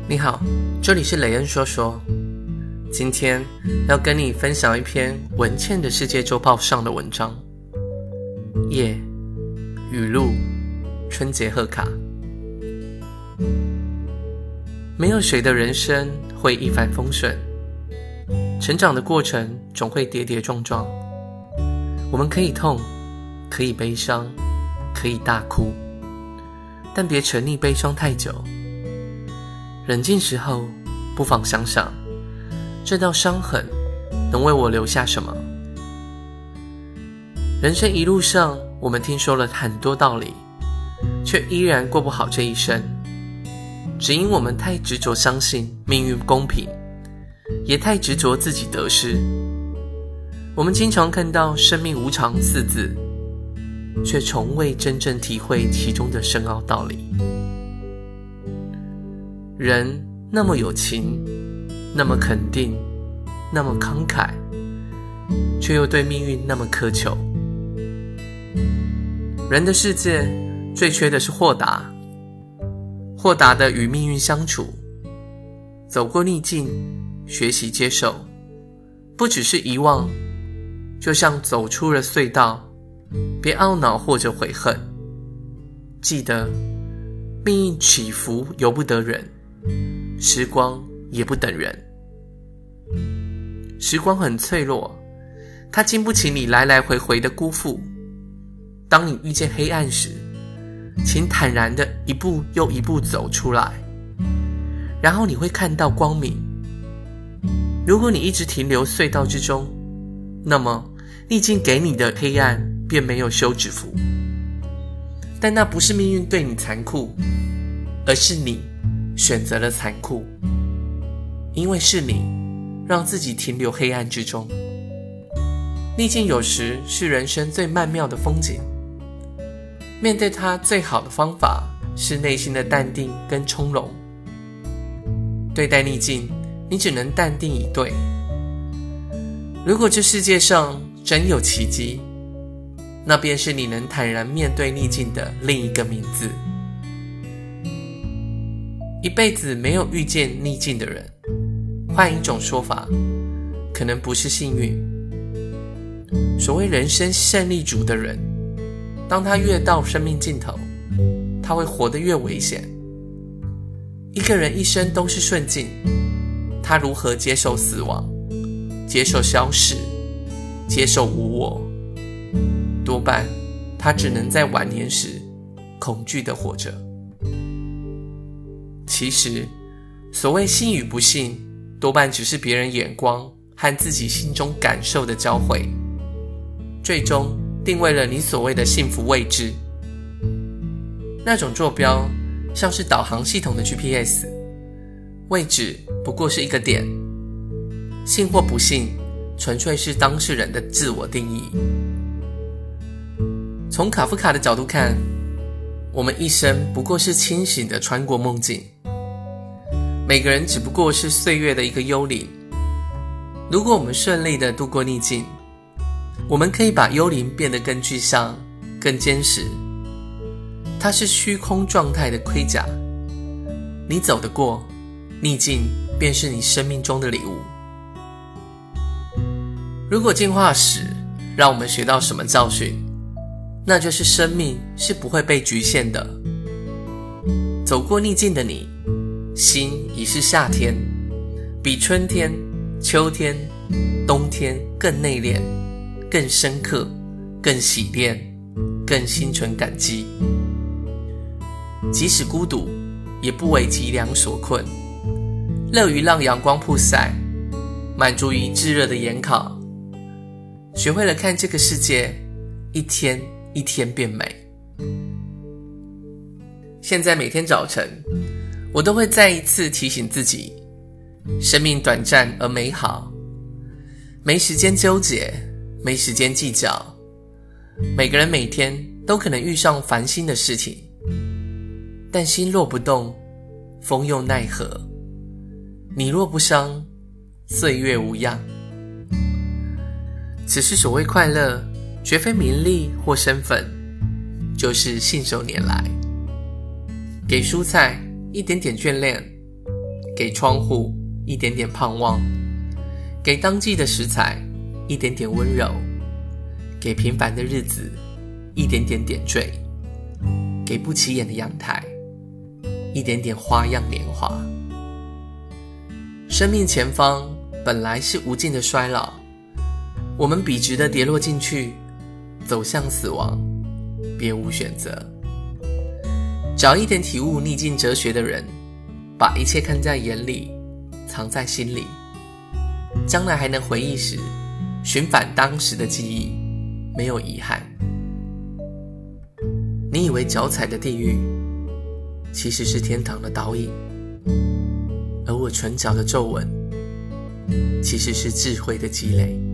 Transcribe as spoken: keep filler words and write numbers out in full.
你好，这里是雷恩说说。今天要跟你分享一篇文茜的世界周报上的文章。夜语录春节贺卡。没有谁的人生会一帆风顺，成长的过程总会跌跌撞撞。我们可以痛，可以悲伤，可以大哭，但别沉溺悲伤太久。冷静时候，不妨想想，这道伤痕能为我留下什么？人生一路上，我们听说了很多道理，却依然过不好这一生，只因我们太执着相信命运公平，也太执着自己得失。我们经常看到生命无常四字，却从未真正体会其中的深奥道理。人那么有情，那么肯定，那么慷慨，却又对命运那么苛求。人的世界最缺的是豁达，豁达的与命运相处，走过逆境，学习接受，不只是遗忘，就像走出了隧道，别懊恼或者悔恨。记得，命运起伏由不得人，时光也不等人。时光很脆弱，它经不起你来来回回的辜负。当你遇见黑暗时，请坦然的一步又一步走出来，然后你会看到光明。如果你一直停留隧道之中，那么逆境给你的黑暗便没有休止符。但那不是命运对你残酷，而是你选择了残酷，因为是你让自己停留黑暗之中。逆境有时是人生最曼妙的风景，面对它最好的方法是内心的淡定跟从容。对待逆境，你只能淡定以对。如果这世界上真有奇迹，那便是你能坦然面对逆境的另一个名字。一辈子没有遇见逆境的人，换一种说法，可能不是幸运。所谓人生胜利组的人，当他越到生命尽头，他会活得越危险。一个人一生都是顺境，他如何接受死亡，接受消逝，接受无我？多半他只能在晚年时恐惧地活着。其实所谓幸与不幸，多半只是别人眼光和自己心中感受的交汇，最终定位了你所谓的幸福位置。那种坐标像是导航系统的 G P S， 位置不过是一个点，幸或不幸纯粹是当事人的自我定义。从卡夫卡的角度看，我们一生不过是清醒地穿过梦境，每个人只不过是岁月的一个幽灵。如果我们顺利地度过逆境，我们可以把幽灵变得更具象，更坚实。它是虚空状态的盔甲，你走得过，逆境便是你生命中的礼物。如果进化史让我们学到什么教训，那就是生命是不会被局限的。走过逆境的你，心已是夏天，比春天、秋天、冬天更内敛，更深刻，更洗炼，更心存感激。即使孤独，也不为寂寥所困，乐于让阳光曝晒，满足于炙热的盐烤，学会了看这个世界一天一天变美。现在每天早晨，我都会再一次提醒自己，生命短暂而美好，没时间纠结，没时间计较。每个人每天都可能遇上烦心的事情，但心若不动，风又奈何？你若不伤，岁月无恙。此时所谓快乐，绝非名利或身份，就是信手拈来。给蔬菜一点点眷恋， 给窗户一点点盼望，给当季的食材一点点温柔，给平凡的日子一点点点缀，给不起眼的阳台一点点花样年华。生命前方本来是无尽的衰老，我们笔直地跌落进去，走向死亡，别无选择。找一点体悟逆境哲学的人，把一切看在眼里，藏在心里，将来还能回忆时，寻返当时的记忆，没有遗憾。你以为脚踩的地狱，其实是天堂的倒影，而我唇角的皱纹，其实是智慧的积累。